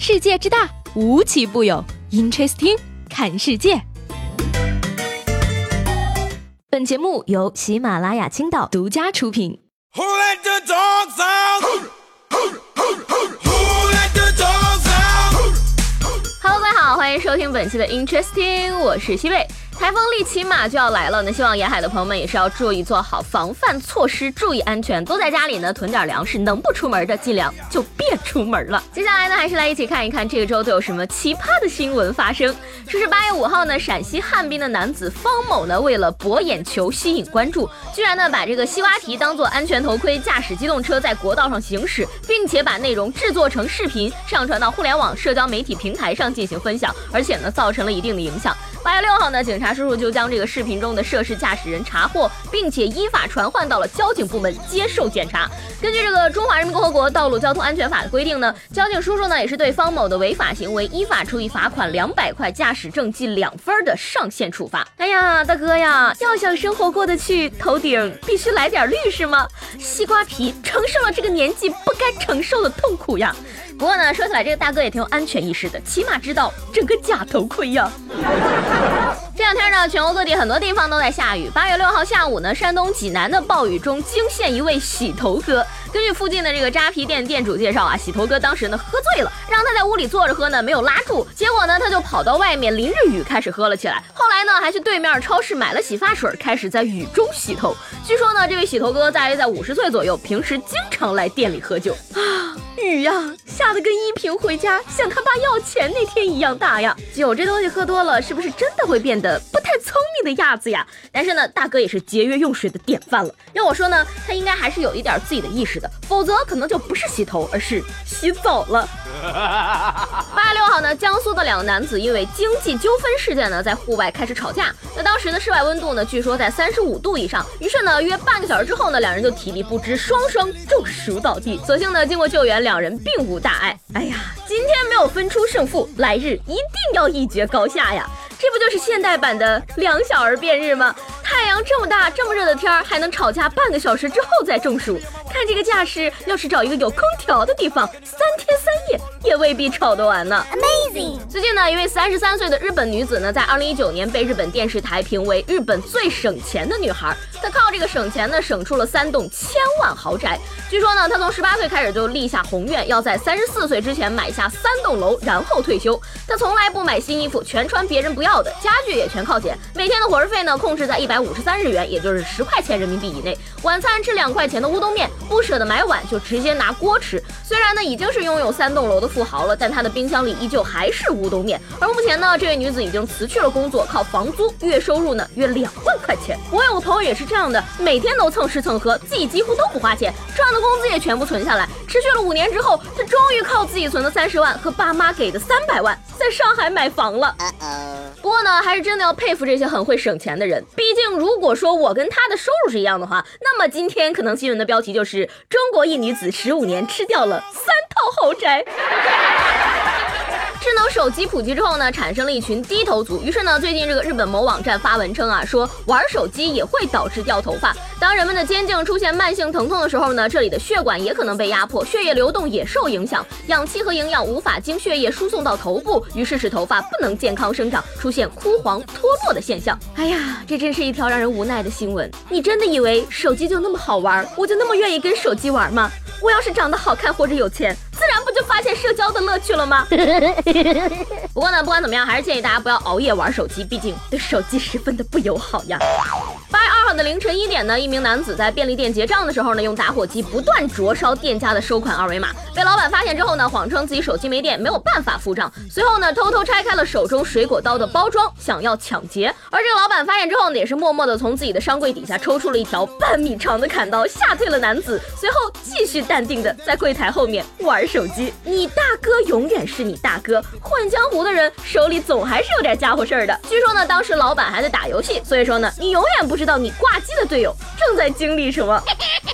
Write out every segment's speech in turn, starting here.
世界之大，无奇不有。Interesting， 看世界。本节目由喜马拉雅青岛独家出品。Who let the dogs out?Hello， 大家好，欢迎收听本期的 Interesting， 我是西贝。台风利奇马就要来了，那希望沿海的朋友们也是要注意做好防范措施，注意安全，都在家里呢囤点粮食，能不出门的尽量就别出门了。接下来呢，还是来一起看一看这个周都有什么奇葩的新闻发生。说是8月5号呢，陕西汉滨的男子方某呢，为了博眼球吸引关注，居然呢把这个西瓜皮当做安全头盔，驾驶机动车在国道上行驶，并且把内容制作成视频上传到互联网社交媒体平台上进行分享，而且呢造成了一定的影响。8月6号呢，警察叔叔就将这个视频中的涉事驾驶人查获，并且依法传唤到了交警部门接受检查。根据这个中华人民共和国道路交通安全法的规定呢，交警叔叔呢也是对方某的违法行为依法处以罚款200块、驾驶证记2分的上限处罚。哎呀，大哥呀，要想生活过得去，头顶必须来点绿是吗？西瓜皮承受了这个年纪不该承受的痛苦呀。不过呢，说起来这个大哥也挺有安全意识的，起码知道整个假头盔呀。这两天呢，全国各地很多地方都在下雨。8月6号下午呢，山东济南的暴雨中惊现一位洗头哥。根据附近的这个扎皮店店主介绍啊，洗头哥当时呢喝醉了，让他在屋里坐着喝呢，没有拉住，结果呢他就跑到外面淋着雨开始喝了起来。后来呢还去对面超市买了洗发水，开始在雨中洗头。据说呢这位洗头哥大约在50岁左右，平时经常来店里喝酒啊。雨呀，下得跟依萍回家向他爸要钱那天一样大呀！酒这东西喝多了，是不是真的会变得不太聪明的样子呀？但是呢，大哥也是节约用水的典范了。要我说呢，他应该还是有一点自己的意识的，否则可能就不是洗头，而是洗澡了。8月6号呢，江苏的2个男子因为经济纠纷事件呢，在户外开始吵架。那当时的室外温度呢，据说在35度以上。于是呢，约半个小时之后呢，两人就体力不支，双双中暑倒地。所幸呢，经过救援，两人并无大碍。哎呀，今天没有分出胜负，来日一定要一决高下呀！这不就是现代版的两小儿辩日吗？太阳这么大这么热的天儿，还能吵架半个小时之后再中暑，看这个架势，要是找一个有空调的地方，3天3夜也未必吵得完呢。Amazing！ 最近呢，一位33岁的日本女子呢，在2019年被日本电视台评为日本最省钱的女孩。她靠这个省钱呢，省出了3栋1000万豪宅。据说呢，她从18岁开始就立下宏愿，要在34岁之前买下3栋楼，然后退休。她从来不买新衣服，全穿别人不要的，家具也全靠捡。每天的伙食费呢，控制在153日元，也就是10块钱人民币以内。晚餐吃2块钱的乌冬面，不舍得买碗就直接拿锅吃。虽然呢已经是拥有3栋楼的富豪了，但她的冰箱里依旧还是乌冬面。而目前呢，这位女子已经辞去了工作，靠房租，月收入呢约2万块钱。我有朋友也是这样的，每天都蹭吃蹭喝，自己几乎都不花钱，赚的工资也全部存下来。持续了5年之后，她终于靠自己存的30万和爸妈给的300万，在上海买房了。不过呢，还是真的要佩服这些很会省钱的人。毕竟如果说我跟他的收入是一样的话，那么今天可能新闻的标题就是中国一女子15年吃掉了3套豪宅。智能手机普及之后呢，产生了一群低头族。于是呢，最近这个日本某网站发文称啊，说玩手机也会导致掉头发。当人们的肩颈出现慢性疼痛的时候呢，这里的血管也可能被压迫，血液流动也受影响，氧气和营养无法经血液输送到头部，于是使头发不能健康生长，出现枯黄脱落的现象。哎呀，这真是一条让人无奈的新闻。你真的以为手机就那么好玩，我就那么愿意跟手机玩吗？我要是长得好看或者有钱，自然不就发现社交的乐趣了吗？不过呢，不管怎么样，还是建议大家不要熬夜玩手机，毕竟对手机十分的不友好呀。8月2号的凌晨1点呢，一名男子在便利店结账的时候呢，用打火机不断灼烧店家的收款二维码，被老板发现之后呢，谎称自己手机没电，没有办法付账，随后呢，偷偷拆开了手中水果刀的包装，想要抢劫。而这个老板发现之后呢，也是默默的从自己的商柜底下抽出了一条半米长的砍刀，吓退了男子，随后继续淡定的在柜台后面玩手机。你大哥永远是你大哥，混江湖的人手里总还是有点家伙事儿的。据说呢，当时老板还在打游戏，所以说呢，你永远不知道你挂机的队友正在经历什么。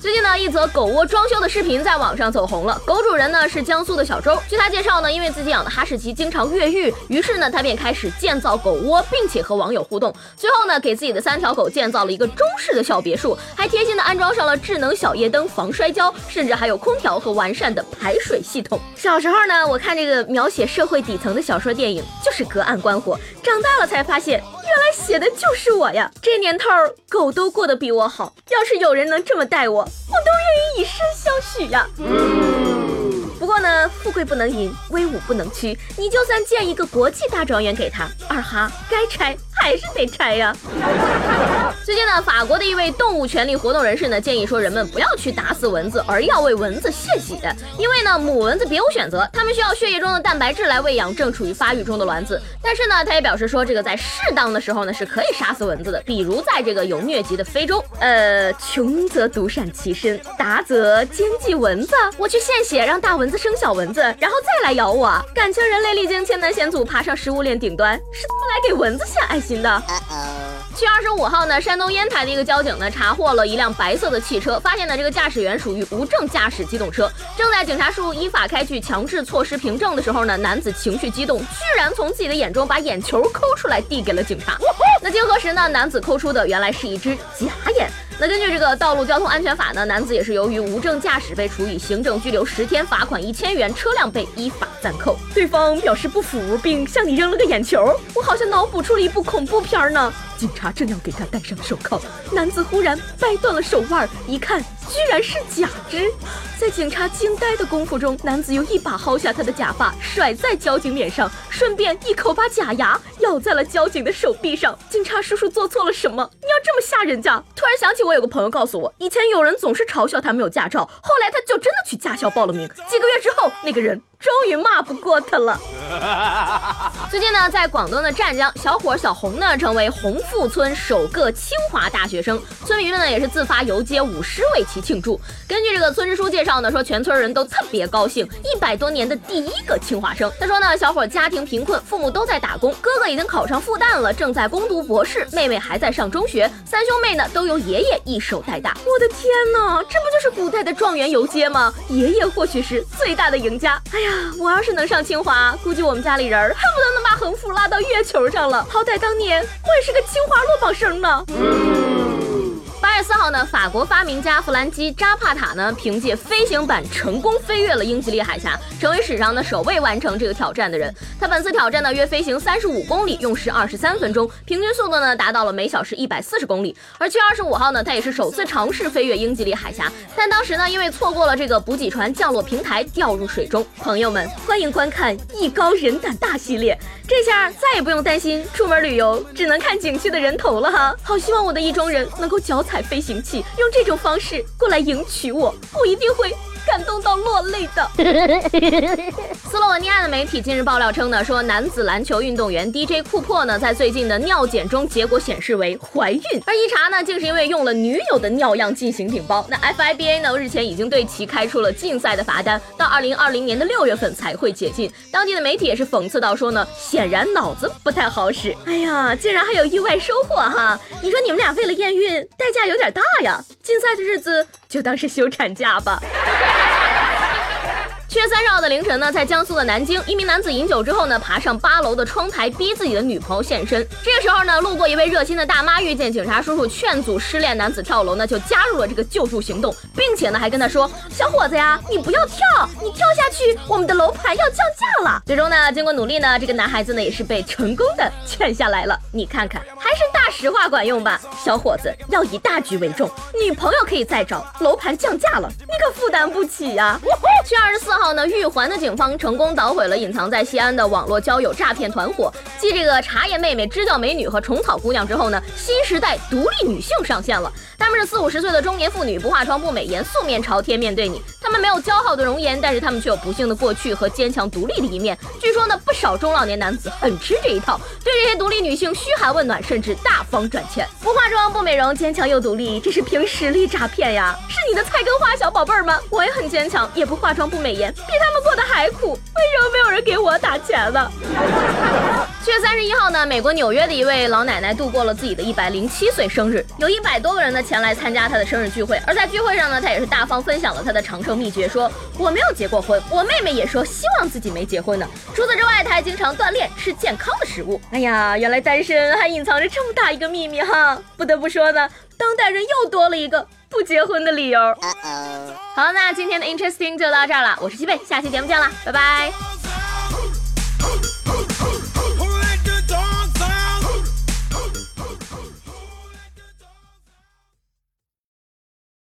最近呢，一则狗窝装修的视频在网上走红了。狗主人呢是江苏的小周，据他介绍呢，因为自己养的哈士奇经常越狱，于是呢他便开始建造狗窝，并且和网友互动。最后呢，给自己的3条狗建造了一个中式的小别墅，还贴心的安装上了智能小夜灯、防摔跤，甚至还有空调和完善的排水系统。小时候呢，我看这个描写社会底层的小说电影就是隔岸观火，长大了才发现，原来写的就是我呀！这年头狗都过得比我好，要是有人能这么待我，我都愿意以身相许呀。不过呢，富贵不能淫，威武不能屈，你就算建一个国际大庄园给他，二哈该拆还是得拆呀。最近呢，法国的一位动物权利活动人士呢，建议说人们不要去打死蚊子，而要为蚊子献血，因为呢，母蚊子别无选择，它们需要血液中的蛋白质来喂养正处于发育中的卵子。但是呢，他也表示说，这个在适当的时候呢，是可以杀死蚊子的，比如在这个有疟疾的非洲。穷则独善其身，达则兼济蚊子。我去献血，让大蚊子生小蚊子，然后再来咬我。感情人类历经千难险阻爬上食物链顶端，是来给蚊子献爱心的。7月25号呢，山东烟台的一个交警呢查获了一辆白色的汽车，发现呢这个驾驶员属于无证驾驶机动车。正在警察叔叔依法开具强制措施凭证的时候呢，男子情绪激动，居然从自己的眼中把眼球抠出来递给了警察。那经核实呢，男子抠出的原来是一只假眼。那根据这个道路交通安全法呢，男子也是由于无证驾驶被处以行政拘留10天，罚款1000元，车辆被依法暂扣。对方表示不服，并向你扔了个眼球。我好像脑补出了一部恐怖片呢。警察正要给他戴上手铐，男子忽然掰断了手腕，一看居然是假肢。在警察惊呆的功夫中，男子又一把薅下他的假发，甩在交警脸上，顺便一口把假牙咬在了交警的手臂上。警察叔叔做错了什么？你要这么吓人家？突然想起我有个朋友告诉我，以前有人总是嘲笑他没有驾照，后来他就真的去驾校报了名，几个月之后，那个人终于骂不过他了。最近呢，在广东的湛江，小伙小红呢成为红富村首个清华大学生，村民们呢也是自发游街舞狮为其庆祝。根据这个村支书介绍呢，说全村人都特别高兴，100多年的第一个清华生。他说呢，小伙家庭贫困，父母都在打工，哥哥已经考上复旦了，正在攻读博士，妹妹还在上中学，3兄妹呢都由爷爷一手带大。我的天哪，这不就是古代的状元游街吗？爷爷或许是最大的赢家。哎呀，我要是能上清华，估计我们家里人恨不得能把横幅拉到月球上了。好歹当年我也是个清华落榜生呢。8月4号呢，法国发明家弗兰基·扎帕塔呢，凭借飞行版成功飞越了英吉利海峡，成为史上呢首位完成这个挑战的人。他本次挑战呢约飞行35公里，用时23分钟，平均速度呢达到了每小时140公里。而7月25号呢，他也是首次尝试飞越英吉利海峡，但当时呢因为错过了这个补给船降落平台，掉入水中。朋友们，欢迎观看艺高人胆大系列，这下再也不用担心出门旅游只能看景区的人头了哈。好希望我的意中人能够脚踩飞行器，用这种方式过来迎娶我，我一定会感动到落泪的。斯洛文尼亚的媒体近日爆料称呢，说男子篮球运动员 DJ 库珀呢，在最近的尿检中结果显示为怀孕，而一查呢，竟是因为用了女友的尿样进行顶包。那 FIBA 呢，日前已经对其开出了禁赛的罚单，到2020年的6月份才会解禁。当地的媒体也是讽刺到说呢，显然脑子不太好使。哎呀，竟然还有意外收获哈！你说你们俩为了验孕代价有点大呀，禁赛的日子就当是休产假吧。7月30号的凌晨呢，在江苏的南京，一名男子饮酒之后呢，爬上8楼的窗台，逼自己的女朋友现身。这个时候呢，路过一位热心的大妈，遇见警察叔叔劝阻失恋男子跳楼呢，就加入了这个救助行动，并且呢，还跟他说：“小伙子呀，你不要跳，你跳下去，我们的楼盘要降价了。”最终呢，经过努力呢，这个男孩子呢，也是被成功的劝下来了。你看看，还是大实话管用吧，小伙子，要以大局为重，女朋友可以再找，楼盘降价了，你可负担不起呀。7月24号呢，玉环的警方成功捣毁了隐藏在西安的网络交友诈骗团伙。继这个茶叶妹妹、支教美女和虫草姑娘之后呢，新时代独立女性上线了。她们是40-50岁的中年妇女，不化妆不美颜，素面朝天面对你。她们没有姣好的容颜，但是她们却有不幸的过去和坚强独立的一面。据说呢，不少中老年男子很吃这一套，对这些独立女性嘘寒问暖，甚至大方转钱。不化妆不美容，坚强又独立，这是凭实力诈骗呀！是你的菜根花小宝贝儿吗？我也很坚强，也不化妆不美颜，比他们过得还还苦，为什么没有人给我打钱呢？7月31号呢，美国纽约的一位老奶奶度过了自己的107岁生日，有100多个人呢前来参加她的生日聚会。而在聚会上呢，她也是大方分享了她的长寿秘诀，说我没有结过婚，我妹妹也说希望自己没结婚呢。除此之外，她还经常锻炼，吃健康的食物。哎呀，原来单身还隐藏着这么大一个秘密哈！不得不说呢，当代人又多了一个不结婚的理由。好，那今天的 Interesting 就到这儿了，我是西贝，下期节目见啦，拜拜。